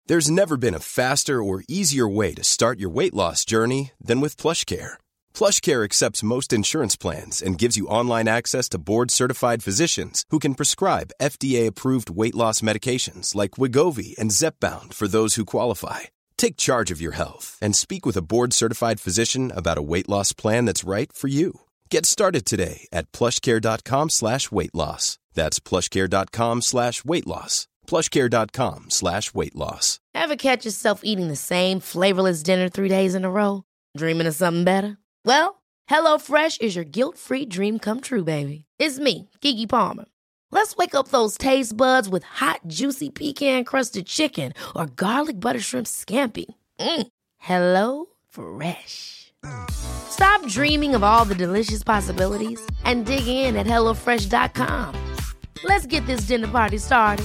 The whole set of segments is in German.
There's never been a faster or easier way to start your weight loss journey than with PlushCare. PlushCare accepts most insurance plans and gives you online access to board-certified physicians who can prescribe FDA-approved weight loss medications like Wegovy and Zepbound for those who qualify. Take charge of your health and speak with a board-certified physician about a weight loss plan that's right for you. Get started today at plushcare.com/weightloss. That's plushcare.com/weightloss. plushcare.com/weightloss. Ever catch yourself eating the same flavorless dinner 3 days in a row? Dreaming of something better? Well, HelloFresh is your guilt-free dream come true, baby. It's me, Keke Palmer. Let's wake up those taste buds with hot, juicy pecan-crusted chicken or garlic butter shrimp scampi. Hello Fresh. Stop dreaming of all the delicious possibilities and dig in at HelloFresh.com. Let's get this dinner party started.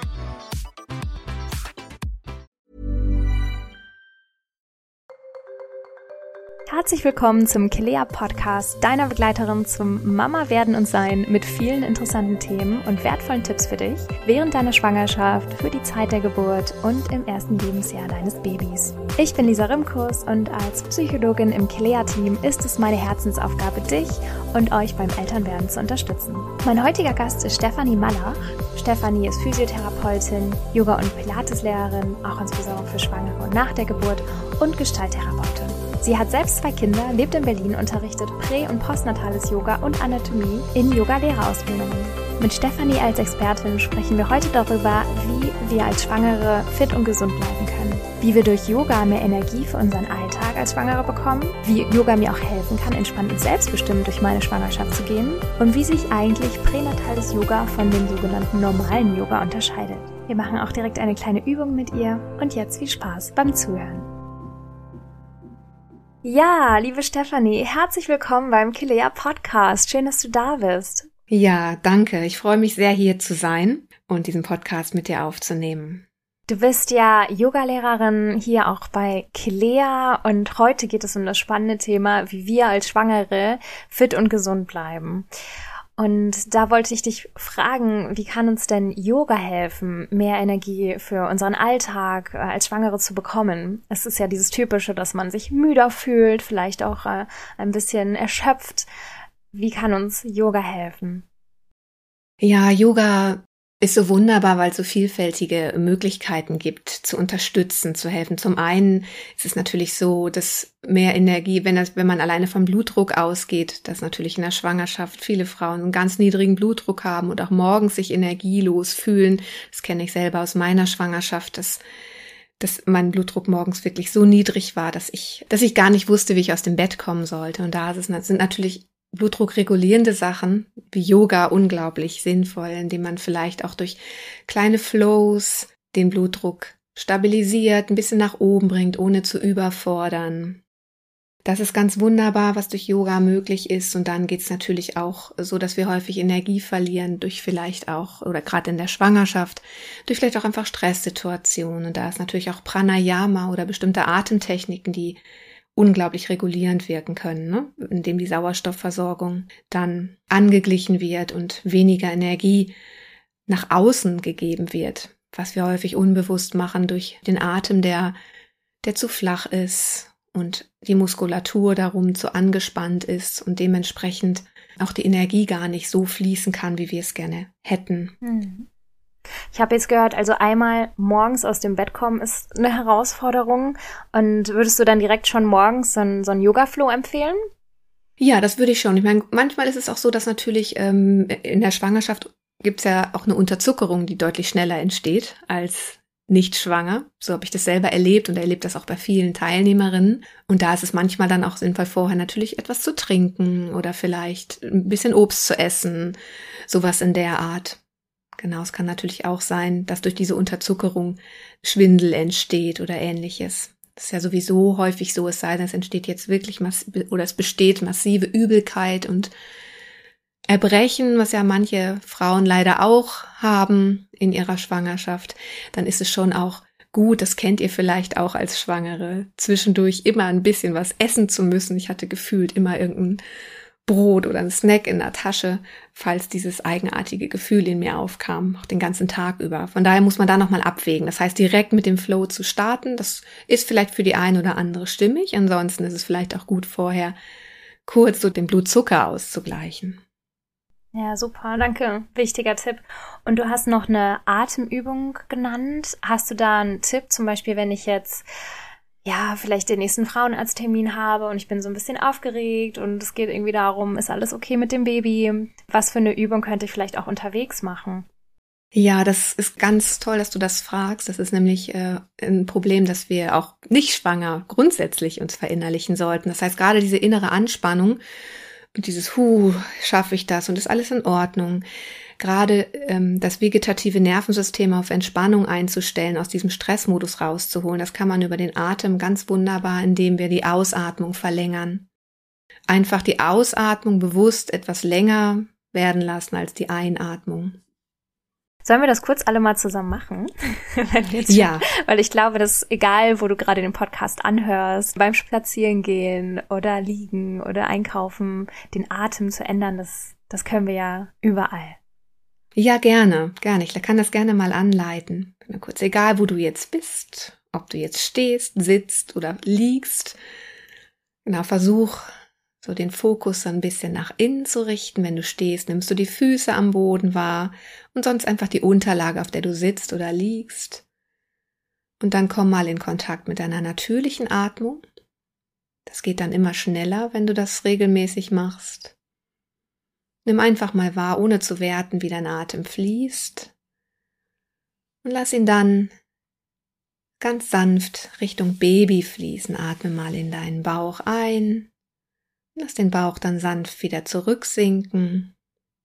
Herzlich willkommen zum Kilea Podcast, deiner Begleiterin zum Mama werden und sein mit vielen interessanten Themen und wertvollen Tipps für dich während deiner Schwangerschaft, für die Zeit der Geburt und im ersten Lebensjahr deines Babys. Ich bin Lisa Rimkus und als Psychologin im Kilea-Team ist es meine Herzensaufgabe, dich und euch beim Elternwerden zu unterstützen. Mein heutiger Gast ist Stefanie Mallach. Stefanie ist Physiotherapeutin, Yoga- und Pilateslehrerin, auch insbesondere für Schwangere und nach der Geburt und Gestalttherapeutin. Sie hat selbst 2 Kinder, lebt in Berlin, unterrichtet prä- und postnatales Yoga und Anatomie in Yoga-Lehrerausbildungen. Mit Stefanie als Expertin sprechen wir heute darüber, wie wir als Schwangere fit und gesund bleiben können, wie wir durch Yoga mehr Energie für unseren Alltag als Schwangere bekommen, wie Yoga mir auch helfen kann, entspannt und selbstbestimmt durch meine Schwangerschaft zu gehen und wie sich eigentlich pränatales Yoga von dem sogenannten normalen Yoga unterscheidet. Wir machen auch direkt eine kleine Übung mit ihr und jetzt viel Spaß beim Zuhören. Ja, liebe Stefanie, herzlich willkommen beim Kilea Podcast. Schön, dass du da bist. Ja, danke. Ich freue mich sehr, hier zu sein und diesen Podcast mit dir aufzunehmen. Du bist ja Yogalehrerin hier auch bei Kilea und heute geht es um das spannende Thema, wie wir als Schwangere fit und gesund bleiben. Und da wollte ich dich fragen, wie kann uns denn Yoga helfen, mehr Energie für unseren Alltag als Schwangere zu bekommen? Es ist ja dieses Typische, dass man sich müder fühlt, vielleicht auch ein bisschen erschöpft. Wie kann uns Yoga helfen? Ja, Yoga ist so wunderbar, weil es so vielfältige Möglichkeiten gibt, zu unterstützen, zu helfen. Zum einen ist es natürlich so, dass mehr Energie, wenn man alleine vom Blutdruck ausgeht, dass natürlich in der Schwangerschaft viele Frauen einen ganz niedrigen Blutdruck haben und auch morgens sich energielos fühlen. Das kenne ich selber aus meiner Schwangerschaft, dass mein Blutdruck morgens wirklich so niedrig war, dass ich gar nicht wusste, wie ich aus dem Bett kommen sollte. Und da sind natürlich blutdruckregulierende Sachen wie Yoga unglaublich sinnvoll, indem man vielleicht auch durch kleine Flows den Blutdruck stabilisiert, ein bisschen nach oben bringt, ohne zu überfordern. Das ist ganz wunderbar, was durch Yoga möglich ist. Und dann geht's natürlich auch so, dass wir häufig Energie verlieren durch vielleicht auch, oder gerade in der Schwangerschaft, durch vielleicht auch einfach Stresssituationen. Und da ist natürlich auch Pranayama oder bestimmte Atemtechniken, die unglaublich regulierend wirken können, ne? Indem die Sauerstoffversorgung dann angeglichen wird und weniger Energie nach außen gegeben wird, was wir häufig unbewusst machen durch den Atem, der zu flach ist und die Muskulatur darum zu angespannt ist und dementsprechend auch die Energie gar nicht so fließen kann, wie wir es gerne hätten. Ich habe jetzt gehört, also einmal morgens aus dem Bett kommen ist eine Herausforderung. Und würdest du dann direkt schon morgens so einen Yoga-Flow empfehlen? Ja, das würde ich schon. Ich meine, manchmal ist es auch so, dass natürlich in der Schwangerschaft gibt's ja auch eine Unterzuckerung, die deutlich schneller entsteht als nicht schwanger. So habe ich das selber erlebt und erlebt das auch bei vielen Teilnehmerinnen. Und da ist es manchmal dann auch sinnvoll, vorher natürlich etwas zu trinken oder vielleicht ein bisschen Obst zu essen, sowas in der Art. Genau, es kann natürlich auch sein, dass durch diese Unterzuckerung Schwindel entsteht oder Ähnliches. Das ist ja sowieso häufig so, es sei denn, es entsteht jetzt wirklich es besteht massive Übelkeit und Erbrechen, was ja manche Frauen leider auch haben in ihrer Schwangerschaft. Dann ist es schon auch gut, das kennt ihr vielleicht auch als Schwangere, zwischendurch immer ein bisschen was essen zu müssen. Ich hatte gefühlt immer irgendeinen Brot oder ein Snack in der Tasche, falls dieses eigenartige Gefühl in mir aufkam, auch den ganzen Tag über. Von daher muss man da nochmal abwägen. Das heißt, direkt mit dem Flow zu starten, das ist vielleicht für die eine oder andere stimmig. Ansonsten ist es vielleicht auch gut, vorher kurz so den Blutzucker auszugleichen. Ja, super, danke. Wichtiger Tipp. Und du hast noch eine Atemübung genannt. Hast du da einen Tipp, zum Beispiel, wenn ich jetzt vielleicht den nächsten Frauenarzttermin habe und ich bin so ein bisschen aufgeregt und es geht irgendwie darum, ist alles okay mit dem Baby? Was für eine Übung könnte ich vielleicht auch unterwegs machen? Ja, das ist ganz toll, dass du das fragst. Das ist nämlich ein Problem, das wir auch nicht schwanger grundsätzlich uns verinnerlichen sollten. Das heißt, gerade diese innere Anspannung und dieses schaffe ich das und ist alles in Ordnung. Gerade das vegetative Nervensystem auf Entspannung einzustellen, aus diesem Stressmodus rauszuholen, das kann man über den Atem ganz wunderbar, indem wir die Ausatmung verlängern. Einfach die Ausatmung bewusst etwas länger werden lassen als die Einatmung. Sollen wir das kurz alle mal zusammen machen? Ja. Weil ich glaube, dass egal, wo du gerade den Podcast anhörst, beim Spazierengehen oder liegen oder einkaufen, den Atem zu ändern, das können wir ja überall. Ja, gerne. Ich kann das gerne mal anleiten. Kurz, egal wo du jetzt bist, ob du jetzt stehst, sitzt oder liegst. Genau, versuch so den Fokus so ein bisschen nach innen zu richten. Wenn du stehst, nimmst du die Füße am Boden wahr und sonst einfach die Unterlage, auf der du sitzt oder liegst. Und dann komm mal in Kontakt mit deiner natürlichen Atmung. Das geht dann immer schneller, wenn du das regelmäßig machst. Nimm einfach mal wahr, ohne zu werten, wie dein Atem fließt. Und lass ihn dann ganz sanft Richtung Baby fließen. Atme mal in deinen Bauch ein. Lass den Bauch dann sanft wieder zurücksinken.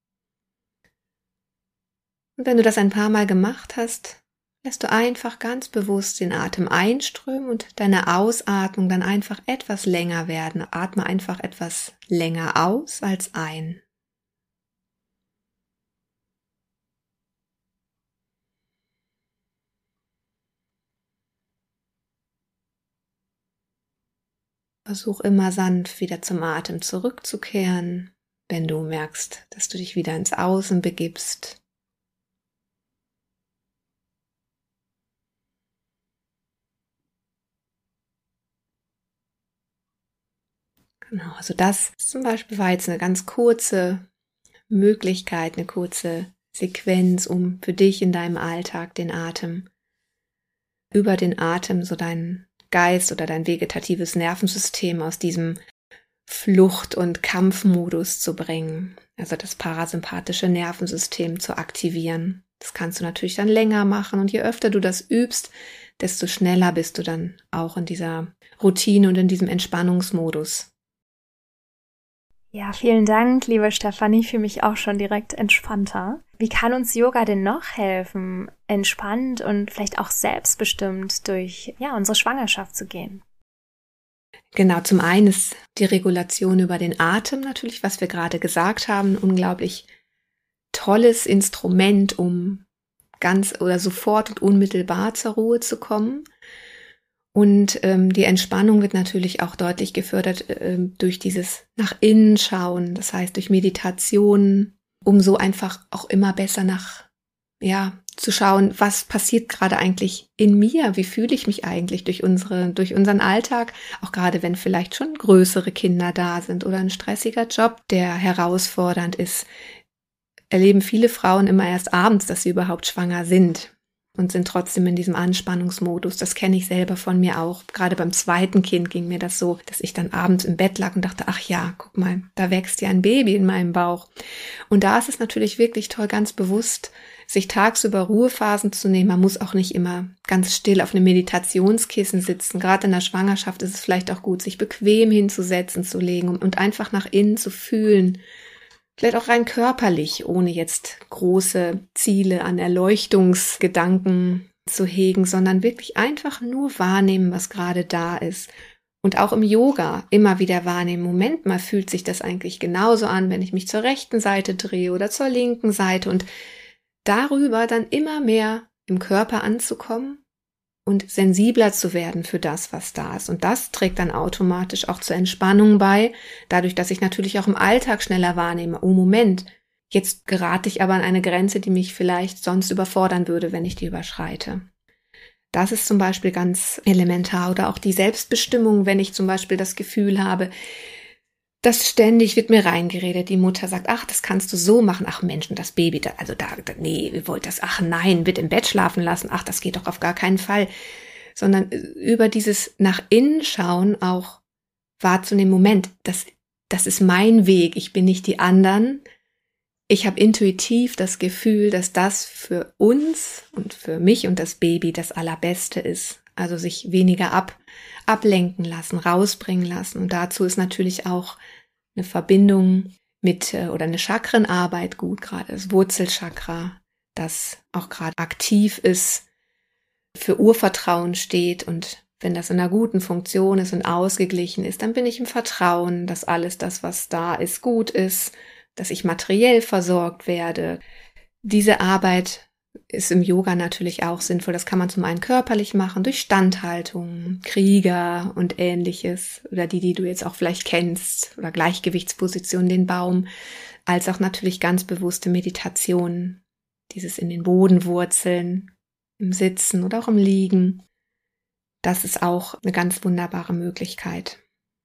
Und wenn du das ein paar Mal gemacht hast, lässt du einfach ganz bewusst den Atem einströmen und deine Ausatmung dann einfach etwas länger werden. Atme einfach etwas länger aus als ein. Versuch immer sanft wieder zum Atem zurückzukehren, wenn du merkst, dass du dich wieder ins Außen begibst. Genau, also das zum Beispiel war jetzt eine ganz kurze Möglichkeit, eine kurze Sequenz, um für dich in deinem Alltag den Atem, über den Atem so deinen Geist oder dein vegetatives Nervensystem aus diesem Flucht- und Kampfmodus zu bringen, also das parasympathische Nervensystem zu aktivieren. Das kannst du natürlich dann länger machen und je öfter du das übst, desto schneller bist du dann auch in dieser Routine und in diesem Entspannungsmodus. Ja, vielen Dank, liebe Stefanie, ich fühle mich auch schon direkt entspannter. Wie kann uns Yoga denn noch helfen, entspannt und vielleicht auch selbstbestimmt durch unsere Schwangerschaft zu gehen? Genau, zum einen ist die Regulation über den Atem natürlich, was wir gerade gesagt haben, ein unglaublich tolles Instrument, um ganz oder sofort und unmittelbar zur Ruhe zu kommen. Und die Entspannung wird natürlich auch deutlich gefördert durch dieses nach innen schauen, das heißt durch Meditation, um so einfach auch immer besser zu schauen, was passiert gerade eigentlich in mir, wie fühle ich mich eigentlich durch unseren Alltag, auch gerade wenn vielleicht schon größere Kinder da sind oder ein stressiger Job, der herausfordernd ist, erleben viele Frauen immer erst abends, dass sie überhaupt schwanger sind. Und sind trotzdem in diesem Anspannungsmodus. Das kenne ich selber von mir auch. Gerade beim zweiten Kind ging mir das so, dass ich dann abends im Bett lag und dachte, ach ja, guck mal, da wächst ja ein Baby in meinem Bauch. Und da ist es natürlich wirklich toll, ganz bewusst, sich tagsüber Ruhephasen zu nehmen. Man muss auch nicht immer ganz still auf einem Meditationskissen sitzen. Gerade in der Schwangerschaft ist es vielleicht auch gut, sich bequem hinzusetzen, zu legen und einfach nach innen zu fühlen. Vielleicht auch rein körperlich, ohne jetzt große Ziele an Erleuchtungsgedanken zu hegen, sondern wirklich einfach nur wahrnehmen, was gerade da ist. Und auch im Yoga immer wieder wahrnehmen, Moment mal, fühlt sich das eigentlich genauso an, wenn ich mich zur rechten Seite drehe oder zur linken Seite und darüber dann immer mehr im Körper anzukommen und sensibler zu werden für das, was da ist. Und das trägt dann automatisch auch zur Entspannung bei, dadurch, dass ich natürlich auch im Alltag schneller wahrnehme, oh Moment, jetzt gerate ich aber an eine Grenze, die mich vielleicht sonst überfordern würde, wenn ich die überschreite. Das ist zum Beispiel ganz elementar. Oder auch die Selbstbestimmung, wenn ich zum Beispiel das Gefühl habe, dass ständig wird mir reingeredet. Die Mutter sagt, ach, das kannst du so machen. Ach Mensch, das Baby, nee, wir wollten das, ach nein, wird im Bett schlafen lassen. Ach, das geht doch auf gar keinen Fall. Sondern über dieses nach innen schauen auch wahrzunehmen, Moment, das ist mein Weg. Ich bin nicht die anderen. Ich habe intuitiv das Gefühl, dass das für uns und für mich und das Baby das Allerbeste ist. Also sich weniger ablenken lassen, rausbringen lassen. Und dazu ist natürlich auch eine Verbindung mit oder eine Chakrenarbeit gut, gerade das Wurzelchakra, das auch gerade aktiv ist, für Urvertrauen steht. Und wenn das in einer guten Funktion ist und ausgeglichen ist, dann bin ich im Vertrauen, dass alles das, was da ist, gut ist, dass ich materiell versorgt werde. Diese Arbeit ist im Yoga natürlich auch sinnvoll. Das kann man zum einen körperlich machen, durch Standhaltung, Krieger und Ähnliches, oder die du jetzt auch vielleicht kennst, oder Gleichgewichtsposition, den Baum, als auch natürlich ganz bewusste Meditation, dieses in den Boden wurzeln, im Sitzen oder auch im Liegen. Das ist auch eine ganz wunderbare Möglichkeit.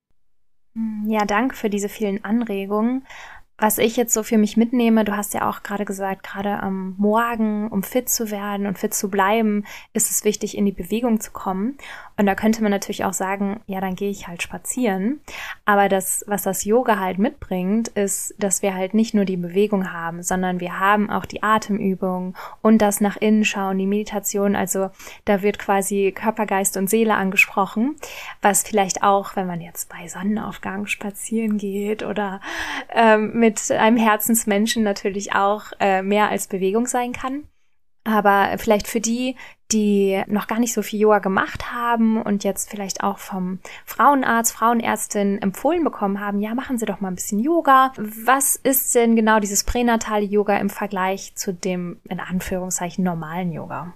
Ja, danke für diese vielen Anregungen. Was ich jetzt so für mich mitnehme, du hast ja auch gerade gesagt, gerade am Morgen, um fit zu werden und fit zu bleiben, ist es wichtig, in die Bewegung zu kommen. Und da könnte man natürlich auch sagen, ja, dann gehe ich halt spazieren. Aber das, was das Yoga halt mitbringt, ist, dass wir halt nicht nur die Bewegung haben, sondern wir haben auch die Atemübung und das nach innen schauen, die Meditation. Also da wird quasi Körper, Geist und Seele angesprochen, was vielleicht auch, wenn man jetzt bei Sonnenaufgang spazieren geht oder mit einem Herzensmenschen natürlich auch mehr als Bewegung sein kann. Aber vielleicht für die, die noch gar nicht so viel Yoga gemacht haben und jetzt vielleicht auch vom Frauenarzt, Frauenärztin empfohlen bekommen haben, ja, machen Sie doch mal ein bisschen Yoga. Was ist denn genau dieses pränatale Yoga im Vergleich zu dem, in Anführungszeichen, normalen Yoga?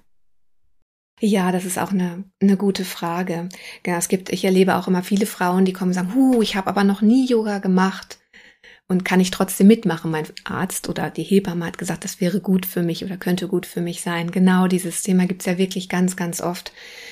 Ja, das ist auch eine gute Frage. Genau, ich erlebe auch immer viele Frauen, die kommen und sagen, ich habe aber noch nie Yoga gemacht. Und kann ich trotzdem mitmachen? Mein Arzt oder die Hebamme hat gesagt, das wäre gut für mich oder könnte gut für mich sein. Genau dieses Thema gibt's ja wirklich ganz, ganz oft.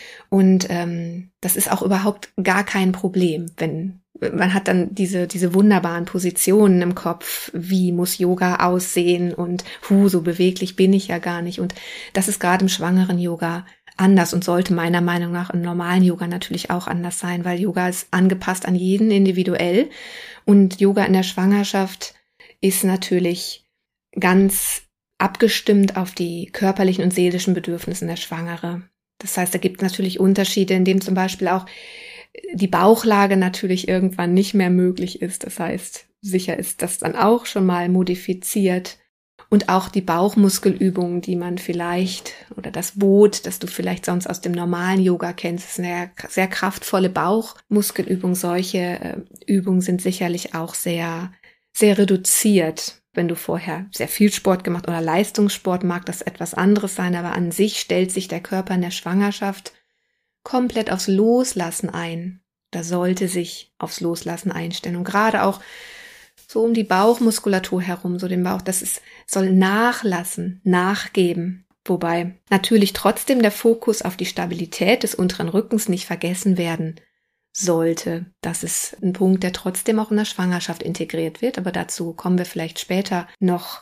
Und das ist auch überhaupt gar kein Problem, wenn man hat dann diese wunderbaren Positionen im Kopf, wie muss Yoga aussehen und so beweglich bin ich ja gar nicht. Und das ist gerade im schwangeren Yoga anders und sollte meiner Meinung nach im normalen Yoga natürlich auch anders sein, weil Yoga ist angepasst an jeden individuell. Und Yoga in der Schwangerschaft ist natürlich ganz abgestimmt auf die körperlichen und seelischen Bedürfnisse der Schwangere. Das heißt, da gibt es natürlich Unterschiede, in dem zum Beispiel auch die Bauchlage natürlich irgendwann nicht mehr möglich ist. Das heißt, sicher ist das dann auch schon mal modifiziert. Und auch die Bauchmuskelübungen, die man vielleicht, oder das Boot, das du vielleicht sonst aus dem normalen Yoga kennst, ist eine sehr kraftvolle Bauchmuskelübung. Solche Übungen sind sicherlich auch sehr, sehr reduziert. Wenn du vorher sehr viel Sport gemacht oder Leistungssport, mag das etwas anderes sein, aber an sich stellt sich der Körper in der Schwangerschaft komplett aufs Loslassen ein. Da sollte sich aufs Loslassen einstellen. Und gerade auch so um die Bauchmuskulatur herum, so den Bauch, soll nachlassen, nachgeben. Wobei natürlich trotzdem der Fokus auf die Stabilität des unteren Rückens nicht vergessen werden sollte. Das ist ein Punkt, der trotzdem auch in der Schwangerschaft integriert wird, aber dazu kommen wir vielleicht später noch.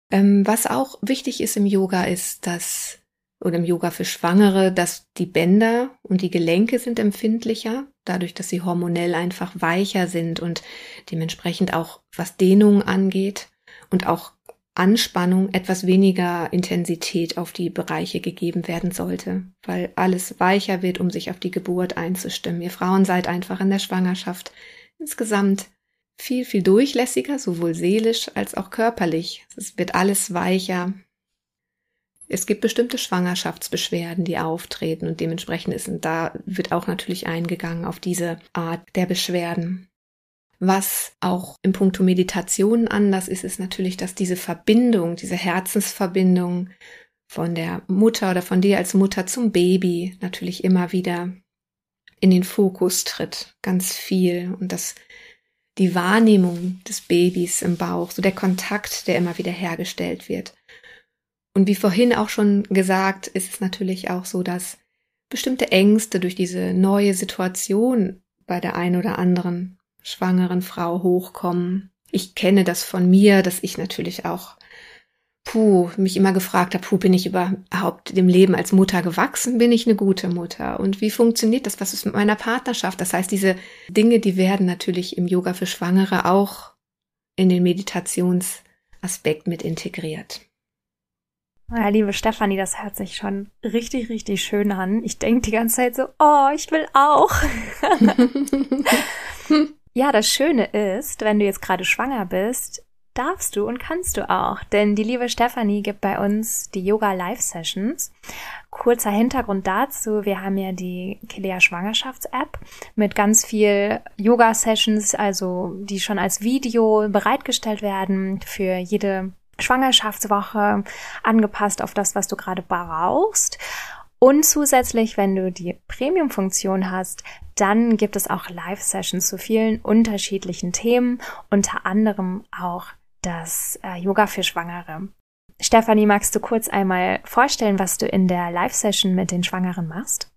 Was auch wichtig ist im Yoga ist, oder im Yoga für Schwangere, dass die Bänder und die Gelenke sind empfindlicher, dadurch, dass sie hormonell einfach weicher sind und dementsprechend auch, was Dehnung angeht und auch Anspannung, etwas weniger Intensität auf die Bereiche gegeben werden sollte, weil alles weicher wird, um sich auf die Geburt einzustimmen. Ihr Frauen seid einfach in der Schwangerschaft insgesamt viel, viel durchlässiger, sowohl seelisch als auch körperlich. Es wird alles weicher. Es gibt bestimmte Schwangerschaftsbeschwerden, die auftreten und dementsprechend da wird auch natürlich eingegangen auf diese Art der Beschwerden. Was auch in puncto Meditation anders ist natürlich, dass diese Verbindung, diese Herzensverbindung von der Mutter oder von dir als Mutter zum Baby natürlich immer wieder in den Fokus tritt, ganz viel. Und dass die Wahrnehmung des Babys im Bauch, so der Kontakt, der immer wieder hergestellt wird. Und wie vorhin auch schon gesagt, ist es natürlich auch so, dass bestimmte Ängste durch diese neue Situation bei der einen oder anderen schwangeren Frau hochkommen. Ich kenne das von mir, dass ich natürlich auch mich immer gefragt habe, bin ich überhaupt dem Leben als Mutter gewachsen? Bin ich eine gute Mutter? Und wie funktioniert das? Was ist mit meiner Partnerschaft? Das heißt, diese Dinge, die werden natürlich im Yoga für Schwangere auch in den Meditationsaspekt mit integriert. Ja, liebe Stefanie, das hört sich schon richtig, richtig schön an. Ich denke die ganze Zeit so, ich will auch. Ja, das Schöne ist, wenn du jetzt gerade schwanger bist, darfst du und kannst du auch, denn die liebe Stefanie gibt bei uns die Yoga-Live-Sessions. Kurzer Hintergrund dazu, wir haben ja die Kilea Schwangerschafts-App mit ganz viel Yoga-Sessions, also die schon als Video bereitgestellt werden für jede Schwangerschaftswoche, angepasst auf das, was du gerade brauchst. Und zusätzlich, wenn du die Premium-Funktion hast, dann gibt es auch Live-Sessions zu vielen unterschiedlichen Themen, unter anderem auch das Yoga für Schwangere. Stefanie, magst du kurz einmal vorstellen, was du in der Live-Session mit den Schwangeren machst?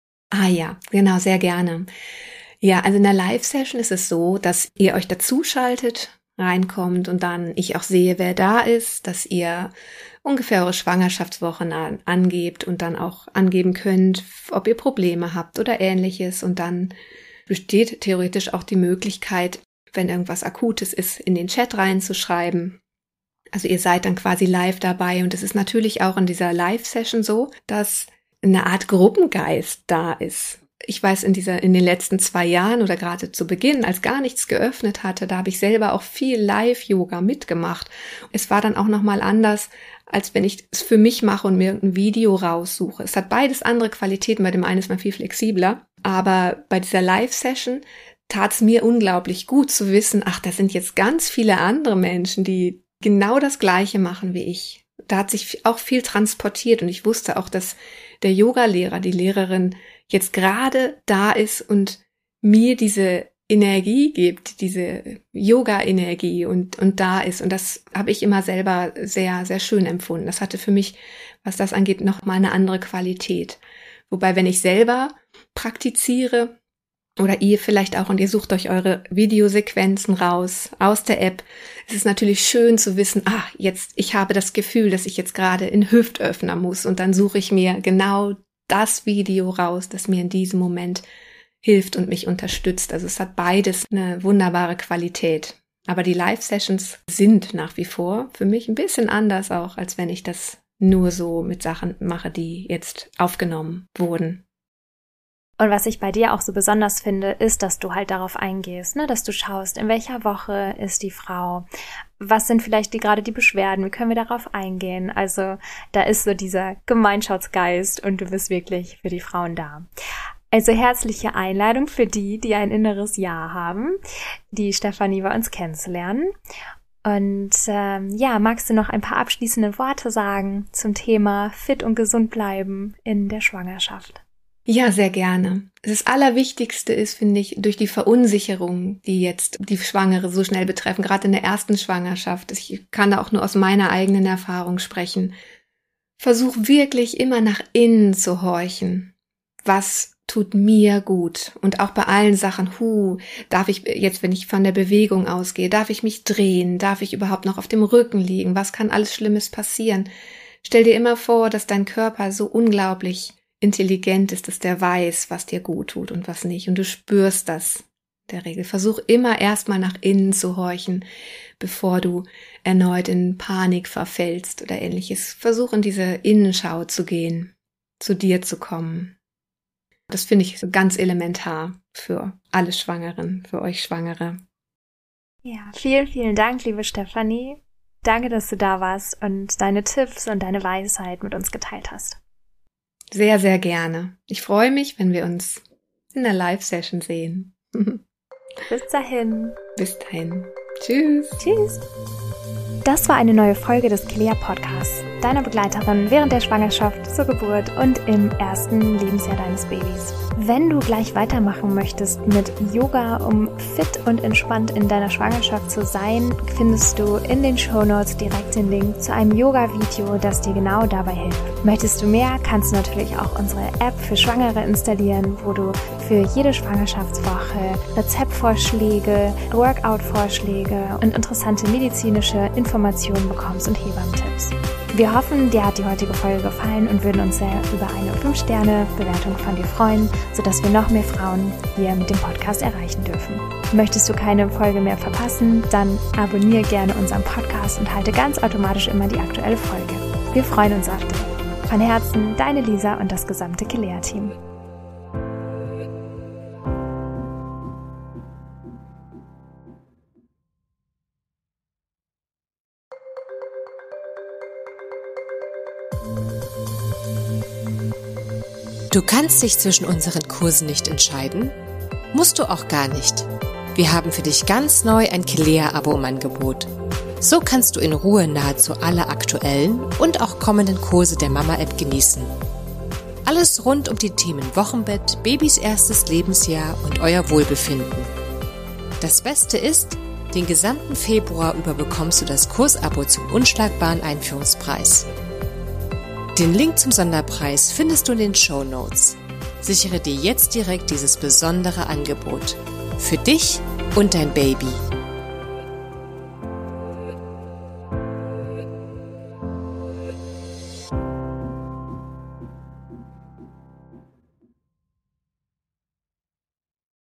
Ja, genau, sehr gerne. Ja, also in der Live-Session ist es so, dass ihr euch dazuschaltet, reinkommt und dann ich auch sehe, wer da ist, dass ihr ungefähr eure Schwangerschaftswochen angebt und dann auch angeben könnt, ob ihr Probleme habt oder Ähnliches. Und dann besteht theoretisch auch die Möglichkeit, wenn irgendwas Akutes ist, in den Chat reinzuschreiben. Also ihr seid dann quasi live dabei und es ist natürlich auch in dieser Live-Session so, dass eine Art Gruppengeist da ist. Ich weiß, in den letzten 2 Jahren oder gerade zu Beginn, als gar nichts geöffnet hatte, da habe ich selber auch viel Live-Yoga mitgemacht. Es war dann auch nochmal anders, als wenn ich es für mich mache und mir ein Video raussuche. Es hat beides andere Qualitäten, bei dem einen ist man viel flexibler. Aber bei dieser Live-Session tat es mir unglaublich gut zu wissen, da sind jetzt ganz viele andere Menschen, die genau das Gleiche machen wie ich. Da hat sich auch viel transportiert und ich wusste auch, dass der Yoga-Lehrer, die Lehrerin jetzt gerade da ist und mir diese Energie gibt, diese Yoga-Energie und da ist. Und das habe ich immer selber sehr, sehr schön empfunden. Das hatte für mich, was das angeht, noch mal eine andere Qualität. Wobei, wenn ich selber praktiziere oder ihr vielleicht auch und ihr sucht euch eure Videosequenzen raus aus der App, es ist natürlich schön zu wissen, ich habe das Gefühl, dass ich jetzt gerade in Hüftöffner muss und dann suche ich mir genau das Video raus, das mir in diesem Moment hilft und mich unterstützt. Also es hat beides eine wunderbare Qualität. Aber die Live-Sessions sind nach wie vor für mich ein bisschen anders auch, als wenn ich das nur so mit Sachen mache, die jetzt aufgenommen wurden. Und was ich bei dir auch so besonders finde, ist, dass du halt darauf eingehst, ne? Dass du schaust, in welcher Woche ist die Frau, was sind vielleicht gerade die Beschwerden, wie können wir darauf eingehen. Also da ist so dieser Gemeinschaftsgeist und du bist wirklich für die Frauen da. Also herzliche Einladung für die ein inneres Ja haben, die Stefanie bei uns kennenzulernen. Und magst du noch ein paar abschließende Worte sagen zum Thema fit und gesund bleiben in der Schwangerschaft? Ja, sehr gerne. Das Allerwichtigste ist, finde ich, durch die Verunsicherung, die jetzt die Schwangere so schnell betreffen, gerade in der ersten Schwangerschaft. Ich kann da auch nur aus meiner eigenen Erfahrung sprechen. Versuch wirklich immer nach innen zu horchen. Was tut mir gut? Und auch bei allen Sachen, darf ich jetzt, wenn ich von der Bewegung ausgehe, darf ich mich drehen? Darf ich überhaupt noch auf dem Rücken liegen? Was kann alles Schlimmes passieren? Stell dir immer vor, dass dein Körper so unglaublich intelligent ist, dass der weiß, was dir gut tut und was nicht. Und du spürst das in der Regel. Versuch immer erstmal nach innen zu horchen, bevor du erneut in Panik verfällst oder Ähnliches. Versuch in diese Innenschau zu gehen, zu dir zu kommen. Das finde ich ganz elementar für alle Schwangeren, für euch Schwangere. Ja, vielen, vielen Dank, liebe Stefanie. Danke, dass du da warst und deine Tipps und deine Weisheit mit uns geteilt hast. Sehr, sehr gerne. Ich freue mich, wenn wir uns in der Live-Session sehen. Bis dahin. Bis dahin. Tschüss. Tschüss. Das war eine neue Folge des Kilea Podcasts. deiner Begleiterin während der Schwangerschaft, zur Geburt und im ersten Lebensjahr deines Babys. Wenn du gleich weitermachen möchtest mit Yoga, um fit und entspannt in deiner Schwangerschaft zu sein, findest du in den Shownotes direkt den Link zu einem Yoga-Video, das dir genau dabei hilft. Möchtest du mehr, kannst du natürlich auch unsere App für Schwangere installieren, wo du für jede Schwangerschaftswoche Rezeptvorschläge, Workout-Vorschläge und interessante medizinische Informationen bekommst und Hebammtipps. Wir hoffen, dir hat die heutige Folge gefallen und würden uns sehr über eine 5-Sterne-Bewertung von dir freuen, sodass wir noch mehr Frauen hier mit dem Podcast erreichen dürfen. Möchtest du keine Folge mehr verpassen, dann abonniere gerne unseren Podcast und halte ganz automatisch immer die aktuelle Folge. Wir freuen uns auf dich. Von Herzen, deine Lisa und das gesamte Kelea-Team. Du kannst dich zwischen unseren Kursen nicht entscheiden? Musst du auch gar nicht. Wir haben für dich ganz neu ein Kelea-Abo im Angebot. So kannst du in Ruhe nahezu alle aktuellen und auch kommenden Kurse der Mama-App genießen. Alles rund um die Themen Wochenbett, Babys erstes Lebensjahr und euer Wohlbefinden. Das Beste ist, den gesamten Februar über bekommst du das Kursabo zum unschlagbaren Einführungspreis. Den Link zum Sonderpreis findest du in den Shownotes. Sichere dir jetzt direkt dieses besondere Angebot. Für dich und dein Baby.